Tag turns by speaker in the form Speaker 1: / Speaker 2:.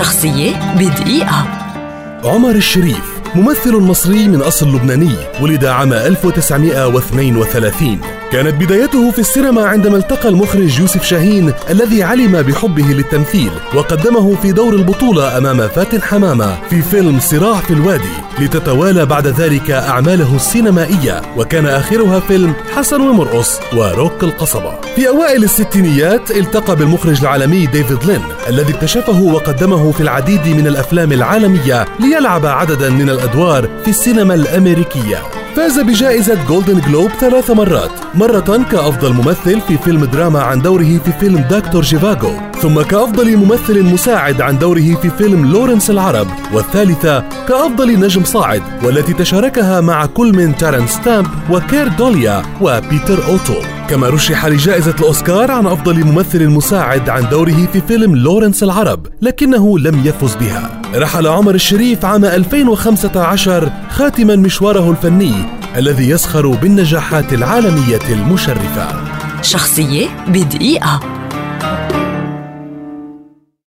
Speaker 1: شخصية بدقيقة.
Speaker 2: عمر الشريف ممثل مصري من أصل لبناني، ولد عام 1932. كانت بدايته في السينما عندما التقى المخرج يوسف شاهين الذي علم بحبه للتمثيل، وقدمه في دور البطولة أمام فاتن حمامة في فيلم صراع في الوادي، لتتوالى بعد ذلك أعماله السينمائية، وكان آخرها فيلم حسن ومرقص وروك القصبة. في أوائل الستينيات التقى بالمخرج العالمي ديفيد لين الذي اكتشفه وقدمه في العديد من الأفلام العالمية ليلعب عددا من الأدوار في السينما الأمريكية. فاز بجائزة جولدن جلوب 3 مرات، مرة كأفضل ممثل في فيلم دراما عن دوره في فيلم دكتور جيفاغو، ثم كأفضل ممثل مساعد عن دوره في فيلم لورنس العرب، والثالثة كأفضل نجم صاعد، والتي تشاركها مع كل من تيرنس ستامب وكير دوليا وبيتر أوتول. كما رشح لجائزة الأوسكار عن أفضل ممثل مساعد عن دوره في فيلم لورنس العرب، لكنه لم يفز بها. رحل عمر الشريف عام 2015 خاتما مشواره الفني الذي يسخر بالنجاحات العالمية المشرفة.
Speaker 1: شخصية بدقيقة.